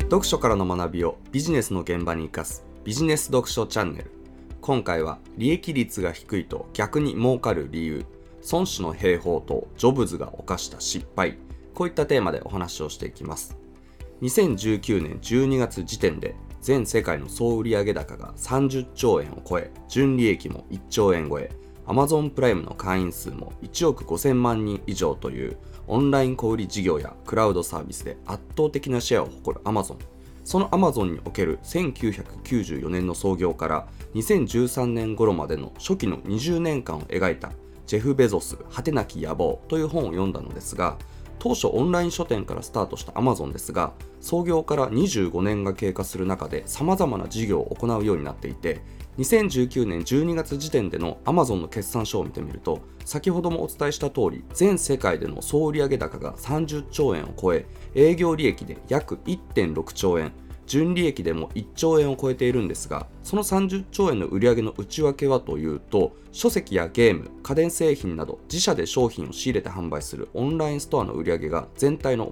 読書からの学びをビジネスの現場に生かすビジネス読書チャンネル。今回は利益率が低いと逆に儲かる理由、孫子の兵法とジョブズが犯した失敗、こういったテーマでお話をしていきます。2019年12月時点で全世界の総売上高が30兆円を超え、純利益も1兆円超え、Amazon プライムの会員数も1億5000万人以上というオンライン小売事業やクラウドサービスで圧倒的なシェアを誇る Amazon。その Amazon における1994年の創業から2013年頃までの初期の20年間を描いたジェフ・ベゾス果てなき野望という本を読んだのですが、当初オンライン書店からスタートした Amazon ですが、創業から25年が経過する中で様々な事業を行うようになっていて、2019年12月時点での Amazon の決算書を見てみると、先ほどもお伝えした通り、全世界での総売上高が30兆円を超え、営業利益で約 1.6 兆円、純利益でも1兆円を超えているんですが、その30兆円の売上の内訳はというと、書籍やゲーム、家電製品など自社で商品を仕入れて販売するオンラインストアの売上が全体の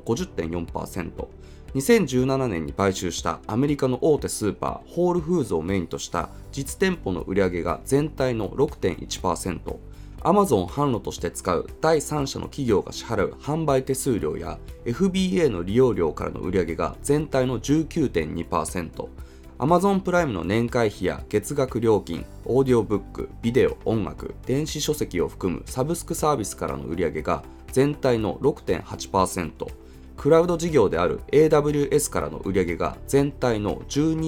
50.4%、2017年に買収したアメリカの大手スーパーホールフーズをメインとした実店舗の売上が全体の 6.1%、Amazon 販路として使う第三者の企業が支払う販売手数料や FBA の利用料からの売上が全体の 19.2%、Amazon プライムの年会費や月額料金、オーディオブック、ビデオ、音楽、電子書籍を含むサブスクサービスからの売上が全体の 6.8%、クラウド事業である AWS からの売上が全体の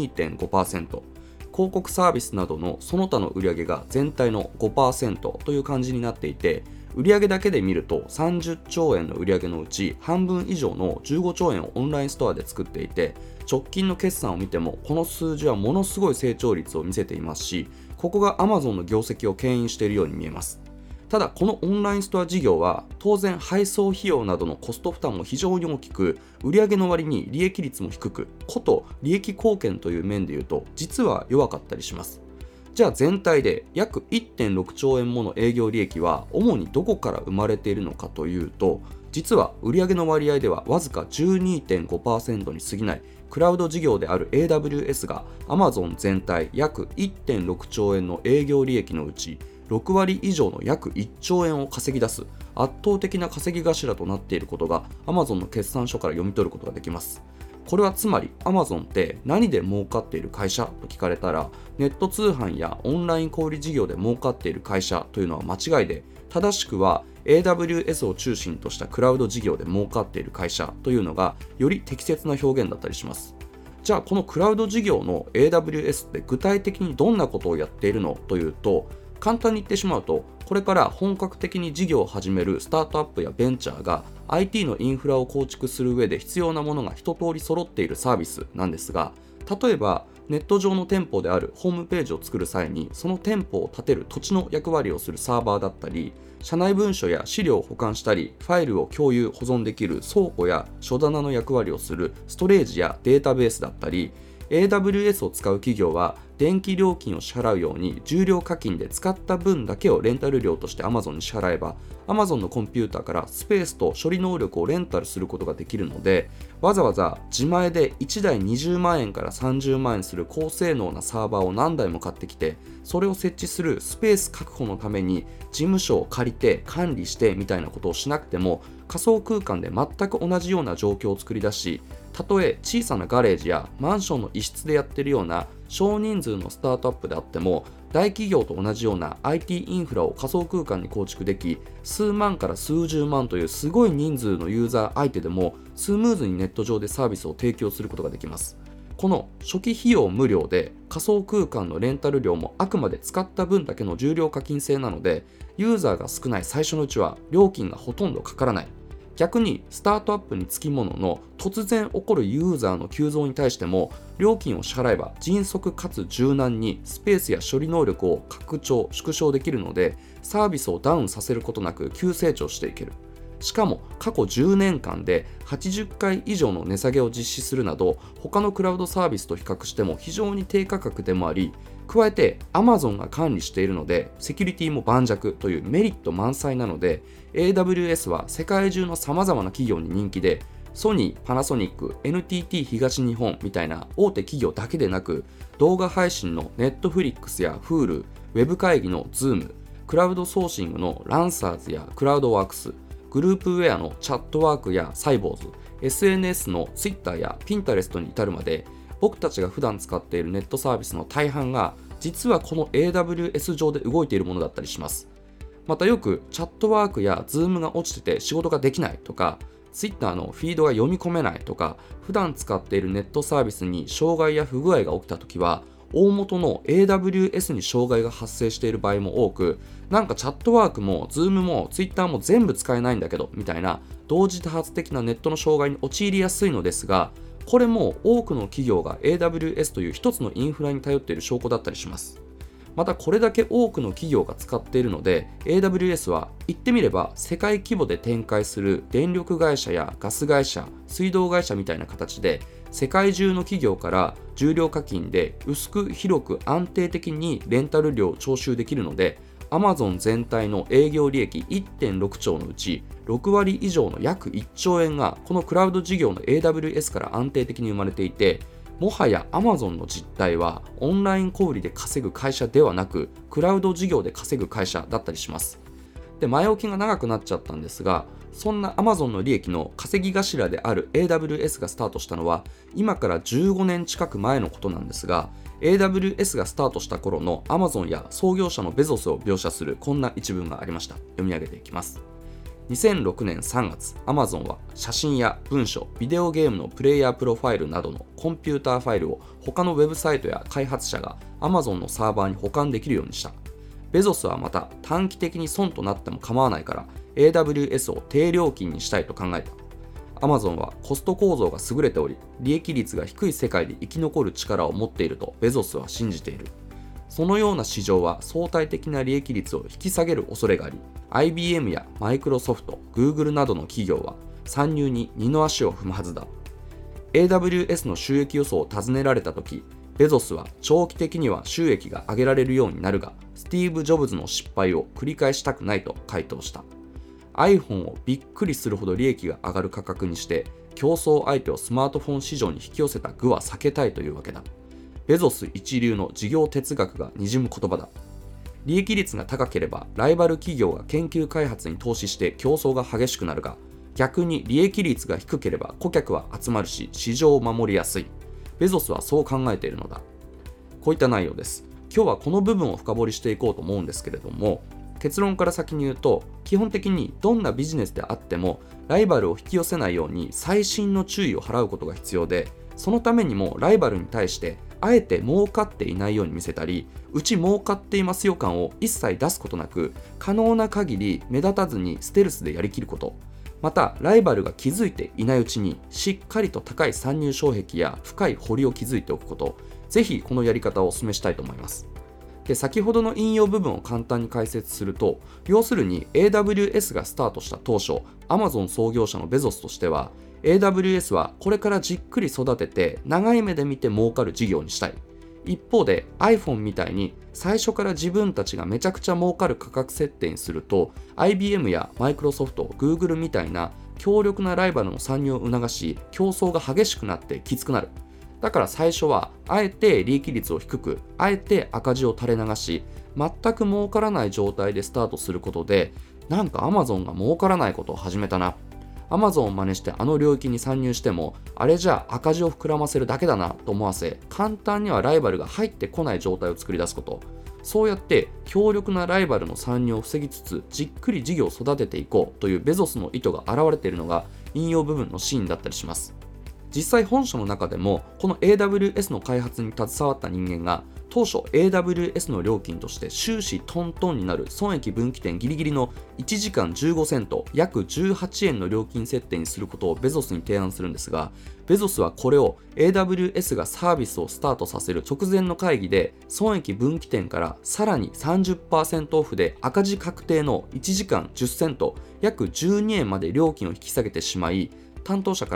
12.5%、広告サービスなどのその他の売上が全体の 5% という感じになっていて、売上だけで見ると30兆円の売上のうち半分以上の15兆円をオンラインストアで作っていて、直近の決算を見てもこの数字はものすごい成長率を見せていますし、ここが Amazon の業績を牽引しているように見えます。ただこのオンラインストア事業は当然配送費用などのコスト負担も非常に大きく、売上の割に利益率も低く、こと利益貢献という面でいうと実は弱かったりします。じゃあ全体で約 1.6 兆円もの営業利益は主にどこから生まれているのかというと、実は売上の割合ではわずか 12.5% に過ぎないクラウド事業である AWS が Amazon 全体約 1.6 兆円の営業利益のうち6割以上の約1兆円を稼ぎ出す圧倒的な稼ぎ頭となっていることが Amazon の決算書から読み取ることができます。これはつまり Amazon って何で儲かっている会社と聞かれたら、ネット通販やオンライン小売事業で儲かっている会社というのは間違いで、正しくは AWS を中心としたクラウド事業で儲かっている会社というのがより適切な表現だったりします。じゃあこのクラウド事業の AWS って具体的にどんなことをやっているのというと、簡単に言ってしまうと、これから本格的に事業を始めるスタートアップやベンチャーが IT のインフラを構築する上で必要なものが一通り揃っているサービスなんですが、例えばネット上の店舗であるホームページを作る際にその店舗を建てる土地の役割をするサーバーだったり、社内文書や資料を保管したりファイルを共有保存できる倉庫や書棚の役割をするストレージやデータベースだったり、 AWS を使う企業は電気料金を支払うように重量課金で使った分だけをレンタル料として Amazon に支払えば、 Amazon のコンピューターからスペースと処理能力をレンタルすることができるので、わざわざ自前で1台20万円から30万円する高性能なサーバーを何台も買ってきて、それを設置するスペース確保のために事務所を借りて管理してみたいなことをしなくても、仮想空間で全く同じような状況を作り出し、たとえ小さなガレージやマンションの一室でやっているような少人数のスタートアップであっても、大企業と同じような IT インフラを仮想空間に構築でき、数万から数十万というすごい人数のユーザー相手でもスムーズにネット上でサービスを提供することができます。この初期費用無料で仮想空間のレンタル料もあくまで使った分だけの重量課金制なので、ユーザーが少ない最初のうちは料金がほとんどかからない。逆にスタートアップにつきものの突然起こるユーザーの急増に対しても料金を支払えば迅速かつ柔軟にスペースや処理能力を拡張縮小できるので、サービスをダウンさせることなく急成長していける。しかも過去10年間で80回以上の値下げを実施するなど、他のクラウドサービスと比較しても非常に低価格でもあり、加えて Amazon が管理しているのでセキュリティも盤石というメリット満載なので、 AWS は世界中の様々な企業に人気で、 ソニー、パナソニック、NTT 東日本みたいな大手企業だけでなく、動画配信の Netflix や Hulu、ウェブ会議の Zoom、クラウドソーシングのランサーズやクラウドワークス、グループウェアのチャットワークやサイボーズ、SNS の Twitter や Pinterest に至るまで、僕たちが普段使っているネットサービスの大半が実はこの AWS 上で動いているものだったりします。またよくチャットワークや Zoom が落ちてて仕事ができないとか、Twitter のフィードが読み込めないとか、普段使っているネットサービスに障害や不具合が起きたときは、大元の AWS に障害が発生している場合も多く、なんかチャットワークも Zoom も Twitter も全部使えないんだけどみたいな同時多発的なネットの障害に陥りやすいのですが、これも多くの企業が AWS という一つのインフラに頼っている証拠だったりします。またこれだけ多くの企業が使っているので、 AWS は言ってみれば世界規模で展開する電力会社やガス会社、水道会社みたいな形で世界中の企業から重量課金で薄く広く安定的にレンタル料を徴収できるので、 Amazon 全体の営業利益 1.6 兆のうち6割以上の約1兆円がこのクラウド事業の AWS から安定的に生まれていて、もはや Amazon の実態はオンライン小売で稼ぐ会社ではなく、クラウド事業で稼ぐ会社だったりします。で、前置きが長くなっちゃったんですが、そんな Amazon の利益の稼ぎ頭である AWS がスタートしたのは今から15年近く前のことなんですが、 AWS がスタートした頃の Amazon や創業者のベゾスを描写するこんな一文がありました。読み上げていきます。2006年3月、Amazon は写真や文書、ビデオゲームのプレイヤープロファイルなどのコンピューターファイルを他のウェブサイトや開発者が Amazon のサーバーに保管できるようにした。ベゾスはまた短期的に損となっても構わないから AWS を低料金にしたいと考えた。Amazon はコスト構造が優れており、利益率が低い世界で生き残る力を持っているとベゾスは信じている。そのような市場は相対的な利益率を引き下げる恐れがあり、IBM やマイクロソフト、Google などの企業は参入に二の足を踏むはずだ。AWS の収益予想を尋ねられたとき、ベゾスは長期的には収益が上げられるようになるが、スティーブ・ジョブズの失敗を繰り返したくないと回答した。iPhone をびっくりするほど利益が上がる価格にして、競争相手をスマートフォン市場に引き寄せた愚は避けたいというわけだ。ベゾス一流の事業哲学がにじむ言葉だ。利益率が高ければライバル企業が研究開発に投資して競争が激しくなるが、逆に利益率が低ければ顧客は集まるし市場を守りやすい。ベゾスはそう考えているのだ。こういった内容です。今日はこの部分を深掘りしていこうと思うんですけれども、結論から先に言うと、基本的にどんなビジネスであってもライバルを引き寄せないように細心の注意を払うことが必要で、そのためにもライバルに対してあえて儲かっていないように見せたり、うち儲かっていますよ感を一切出すことなく、可能な限り目立たずにステルスでやりきること、またライバルが気づいていないうちにしっかりと高い参入障壁や深い掘りを築いておくこと、ぜひこのやり方をお勧めしたいと思います。で、先ほどの引用部分を簡単に解説すると、要するに AWS がスタートした当初、Amazon 創業者のベゾスとしては、AWS はこれからじっくり育てて長い目で見て儲かる事業にしたい。一方で iPhone みたいに最初から自分たちがめちゃくちゃ儲かる価格設定にすると IBM や Microsoft、Google みたいな強力なライバルの参入を促し、競争が激しくなってきつくなる。だから最初はあえて利益率を低く、あえて赤字を垂れ流し、全く儲からない状態でスタートすることで、なんか Amazon が儲からないことを始めたな、Amazon を真似してあの領域に参入してもあれじゃあ赤字を膨らませるだけだなと思わせ、簡単にはライバルが入ってこない状態を作り出すこと、そうやって強力なライバルの参入を防ぎつつじっくり事業を育てていこうというベゾスの意図が現れているのが引用部分のシーンだったりします。実際本書の中でもこの AWS の開発に携わった人間が当初 AWS の料金として終始トントンになる損益分岐点ギリギリの1時間15セント約18円の料金設定にすることをベゾスに提案するんですが、ベゾスはこれを AWS がサービスをスタートさせる直前の会議で損益分岐点からさらに 30% オフで赤字確定の1時間10セント約12円まで料金を引き下げてしまい、担当者から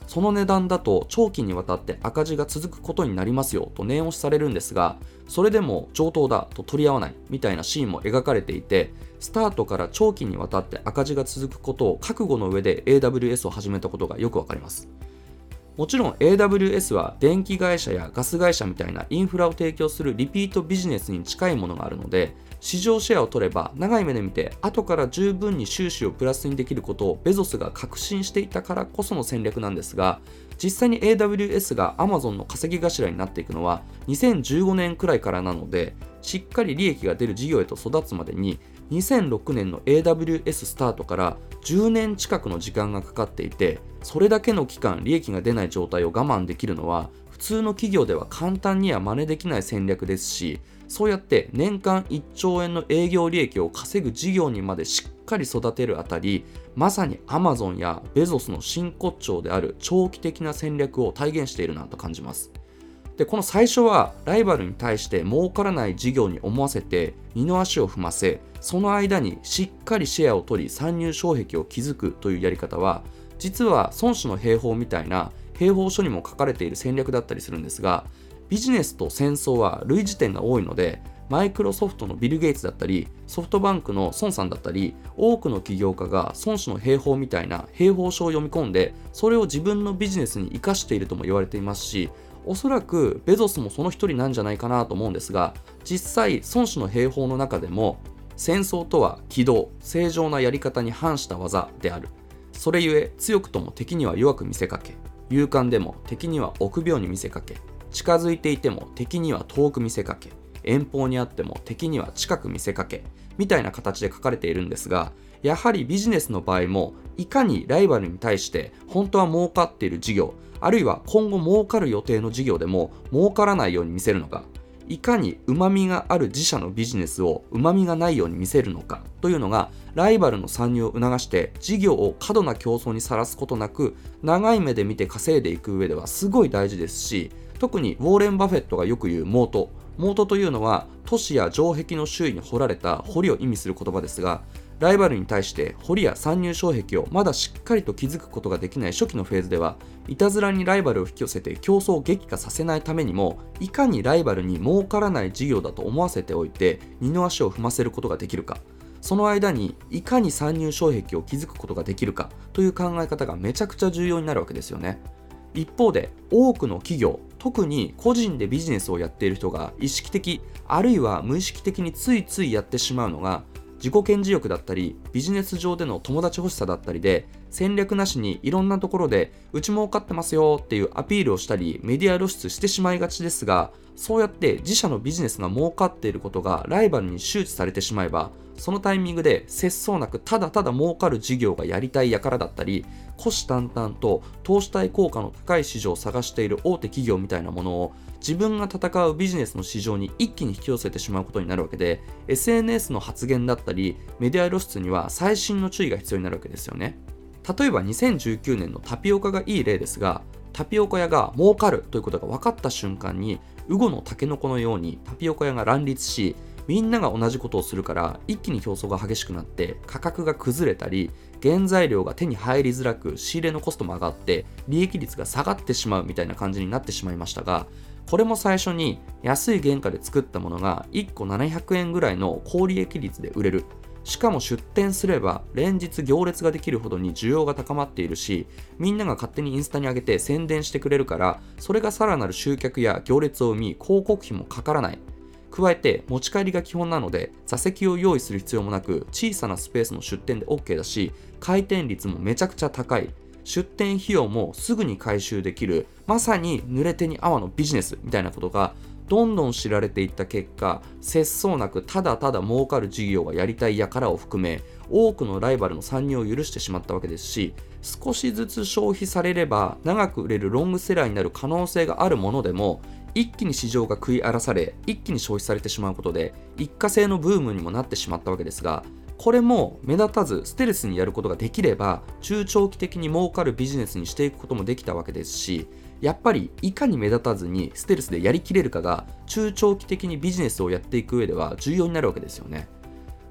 その値段だと長期にわたって赤字が続くことになりますよと念押しされるんですが、それでも上等だと取り合わないみたいなシーンも描かれていて、スタートから長期にわたって赤字が続くことを覚悟の上で AWS を始めたことがよくわかります。もちろん AWS は電気会社やガス会社みたいなインフラを提供するリピートビジネスに近いものがあるので、市場シェアを取れば長い目で見て後から十分に収支をプラスにできることをベゾスが確信していたからこその戦略なんですが、実際に AWS が Amazon の稼ぎ頭になっていくのは2015年くらいからなので、しっかり利益が出る事業へと育つまでに2006年の AWS スタートから10年近くの時間がかかっていて、それだけの期間利益が出ない状態を我慢できるのは普通の企業では簡単には真似できない戦略ですし、そうやって年間1兆円の営業利益を稼ぐ事業にまでしっかり育てるあたり、まさに Amazon やベゾスの真骨頂である長期的な戦略を体現しているなと感じます。で、この最初はライバルに対して儲からない事業に思わせて二の足を踏ませ、その間にしっかりシェアを取り参入障壁を築くというやり方は、実は孫子の兵法みたいな兵法書にも書かれている戦略だったりするんですが、ビジネスと戦争は類似点が多いので、マイクロソフトのビル・ゲイツだったり、ソフトバンクの孫さんだったり、多くの起業家が孫子の兵法みたいな兵法書を読み込んで、それを自分のビジネスに生かしているとも言われていますし、おそらくベゾスもその一人なんじゃないかなと思うんですが、実際孫子の兵法の中でも、戦争とは軌道、正常なやり方に反した技である。それゆえ強くとも敵には弱く見せかけ、勇敢でも敵には臆病に見せかけ、近づいていても敵には遠く見せかけ、遠方にあっても敵には近く見せかけ、みたいな形で書かれているんですが、やはりビジネスの場合も、いかにライバルに対して本当は儲かっている事業、あるいは今後儲かる予定の事業でも儲からないように見せるのか、いかに旨味がある自社のビジネスを旨味がないように見せるのかというのが、ライバルの参入を促して事業を過度な競争にさらすことなく長い目で見て稼いでいく上ではすごい大事ですし、特にウォーレン・バフェットがよく言うモートというのは都市や城壁の周囲に掘られた堀を意味する言葉ですが、ライバルに対して堀や参入障壁をまだしっかりと築くことができない初期のフェーズでは、いたずらにライバルを引き寄せて競争を激化させないためにも、いかにライバルに儲からない事業だと思わせておいて二の足を踏ませることができるか、その間にいかに参入障壁を築くことができるかという考え方がめちゃくちゃ重要になるわけですよね。一方で多くの企業、特に個人でビジネスをやっている人が意識的あるいは無意識的についついやってしまうのが、自己顕示欲だったりビジネス上での友達欲しさだったりで、戦略なしにいろんなところでうち儲かってますよっていうアピールをしたりメディア露出してしまいがちですが、そうやって自社のビジネスが儲かっていることがライバルに周知されてしまえば、そのタイミングで節操なくただただ儲かる事業がやりたい輩だったり、虎視眈々と投資対効果の高い市場を探している大手企業みたいなものを自分が戦うビジネスの市場に一気に引き寄せてしまうことになるわけで、 SNS の発言だったりメディア露出には細心の注意が必要になるわけですよね。例えば2019年のタピオカがいい例ですが、タピオカ屋が儲かるということが分かった瞬間に、ウゴのタケノコのようにタピオカ屋が乱立し、みんなが同じことをするから一気に競争が激しくなって価格が崩れたり、原材料が手に入りづらく仕入れのコストも上がって利益率が下がってしまうみたいな感じになってしまいましたが、これも最初に安い原価で作ったものが1個700円ぐらいの高利益率で売れる、しかも出店すれば連日行列ができるほどに需要が高まっているし、みんなが勝手にインスタに上げて宣伝してくれるから、それがさらなる集客や行列を生み広告費もかからない。加えて持ち帰りが基本なので座席を用意する必要もなく、小さなスペースの出店で OK だし、回転率もめちゃくちゃ高い、出店費用もすぐに回収できる、まさに濡れ手に泡のビジネスみたいなことがどんどん知られていった結果、節操なくただただ儲かる事業がやりたい輩を含め多くのライバルの参入を許してしまったわけですし、少しずつ消費されれば長く売れるロングセラーになる可能性があるものでも、一気に市場が食い荒らされ一気に消費されてしまうことで一過性のブームにもなってしまったわけですが、これも目立たずステルスにやることができれば中長期的に儲かるビジネスにしていくこともできたわけですし、やっぱりいかに目立たずにステルスでやりきれるかが中長期的にビジネスをやっていく上では重要になるわけですよね。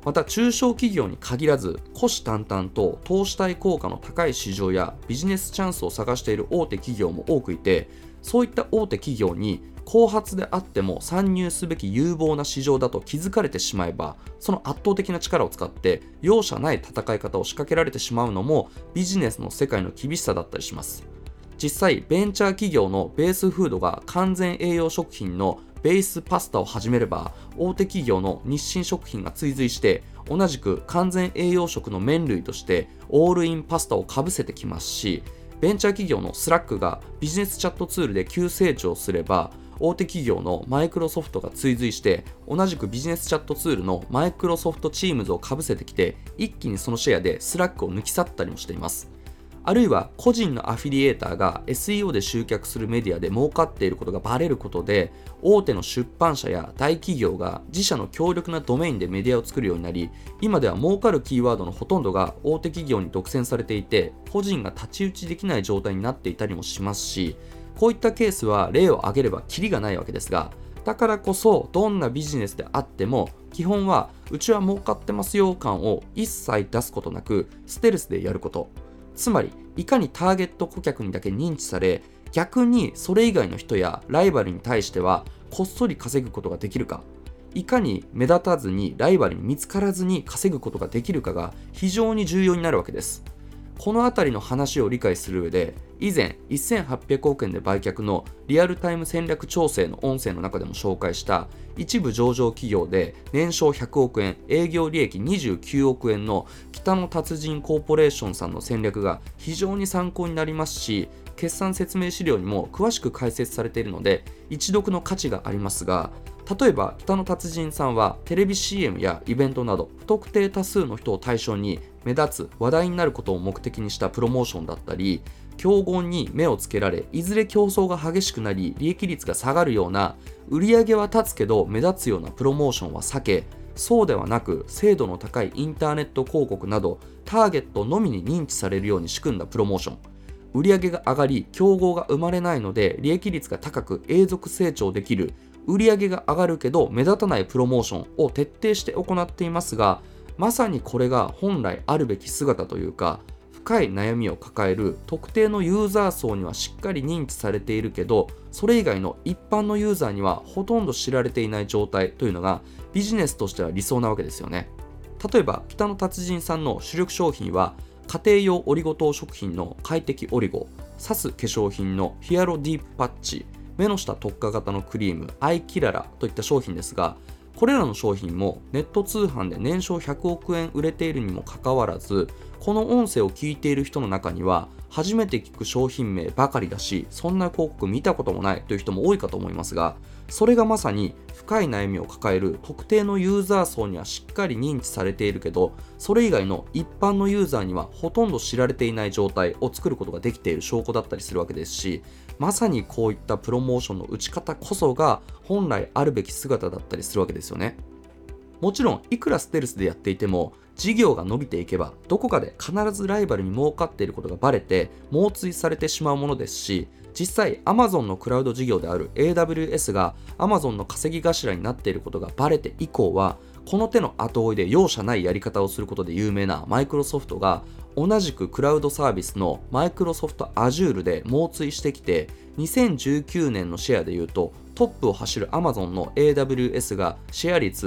また中小企業に限らず虎視眈々と投資対効果の高い市場やビジネスチャンスを探している大手企業も多くいて、そういった大手企業に後発であっても参入すべき有望な市場だと気づかれてしまえば、その圧倒的な力を使って容赦ない戦い方を仕掛けられてしまうのもビジネスの世界の厳しさだったりします。実際ベンチャー企業のベースフードが完全栄養食品のベースパスタを始めれば、大手企業の日清食品が追随して同じく完全栄養食の麺類としてオールインパスタをかぶせてきますし、ベンチャー企業のスラックがビジネスチャットツールで急成長すれば、大手企業のマイクロソフトが追随して同じくビジネスチャットツールのマイクロソフトチームズをかぶせてきて、一気にそのシェアでスラックを抜き去ったりもしています。あるいは個人のアフィリエーターが SEO で集客するメディアで儲かっていることがバレることで、大手の出版社や大企業が自社の強力なドメインでメディアを作るようになり、今では儲かるキーワードのほとんどが大手企業に独占されていて、個人が太刀打ちできない状態になっていたりもしますし、こういったケースは例を挙げればキリがないわけですが、だからこそどんなビジネスであっても基本はうちは儲かってますよ感を一切出すことなくステルスでやること。つまりいかにターゲット顧客にだけ認知され、逆にそれ以外の人やライバルに対してはこっそり稼ぐことができるか、いかに目立たずにライバルに見つからずに稼ぐことができるかが非常に重要になるわけです。このあたりの話を理解する上で、以前1800億円で売却のリアルタイム戦略調整の音声の中でも紹介した一部上場企業で年商100億円、営業利益29億円の北野達人コーポレーションさんの戦略が非常に参考になりますし、決算説明資料にも詳しく解説されているので一読の価値がありますが、例えば北野達人さんはテレビ CM やイベントなど不特定多数の人を対象に目立つ話題になることを目的にしたプロモーションだったり、競合に目をつけられいずれ競争が激しくなり利益率が下がるような、売上は立つけど目立つようなプロモーションは避け、そうではなく精度の高いインターネット広告などターゲットのみに認知されるように仕組んだプロモーション。売上が上がり競合が生まれないので利益率が高く永続成長できる、売上が上がるけど目立たないプロモーションを徹底して行っていますが、まさにこれが本来あるべき姿というか、深い悩みを抱える特定のユーザー層にはしっかり認知されているけど、それ以外の一般のユーザーにはほとんど知られていない状態というのがビジネスとしては理想なわけですよね。例えば北野達人さんの主力商品は家庭用オリゴ糖食品の快適オリゴ、サス化粧品のヒアロディープパッチ、目の下特化型のクリームアイキララといった商品ですが、これらの商品もネット通販で年商100億円売れているにもかかわらず、この音声を聞いている人の中には初めて聞く商品名ばかりだし、そんな広告見たこともないという人も多いかと思いますが、それがまさに深い悩みを抱える特定のユーザー層にはしっかり認知されているけど、それ以外の一般のユーザーにはほとんど知られていない状態を作ることができている証拠だったりするわけですし、まさにこういったプロモーションの打ち方こそが本来あるべき姿だったりするわけですよね。もちろんいくらステルスでやっていても事業が伸びていけばどこかで必ずライバルに儲かっていることがバレて猛追されてしまうものですし、実際 Amazon のクラウド事業である AWS が Amazon の稼ぎ頭になっていることがバレて以降は、この手の後追いで容赦ないやり方をすることで有名なマイクロソフトが同じくクラウドサービスのマイクロソフト Azure で猛追してきて、2019年のシェアでいうとトップを走る Amazon の AWS がシェア率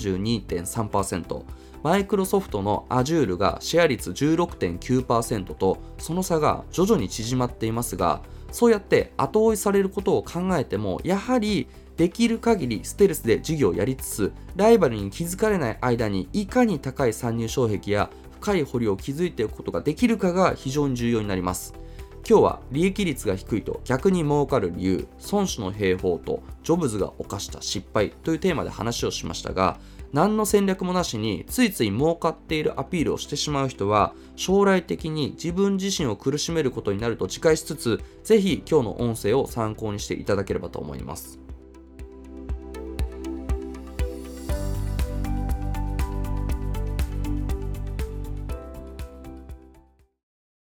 32.3%、 マイクロソフトの Azure がシェア率 16.9% とその差が徐々に縮まっていますが、そうやって後追いされることを考えても、やはりできる限りステルスで事業をやりつつ、ライバルに気づかれない間にいかに高い参入障壁や深い掘りを築いていくことができるかが非常に重要になります。今日は利益率が低いと逆に儲かる理由、孫子の兵法とジョブズが犯した失敗というテーマで話をしましたが、何の戦略もなしについつい儲かっているアピールをしてしまう人は将来的に自分自身を苦しめることになると自戒しつつ、ぜひ今日の音声を参考にしていただければと思います。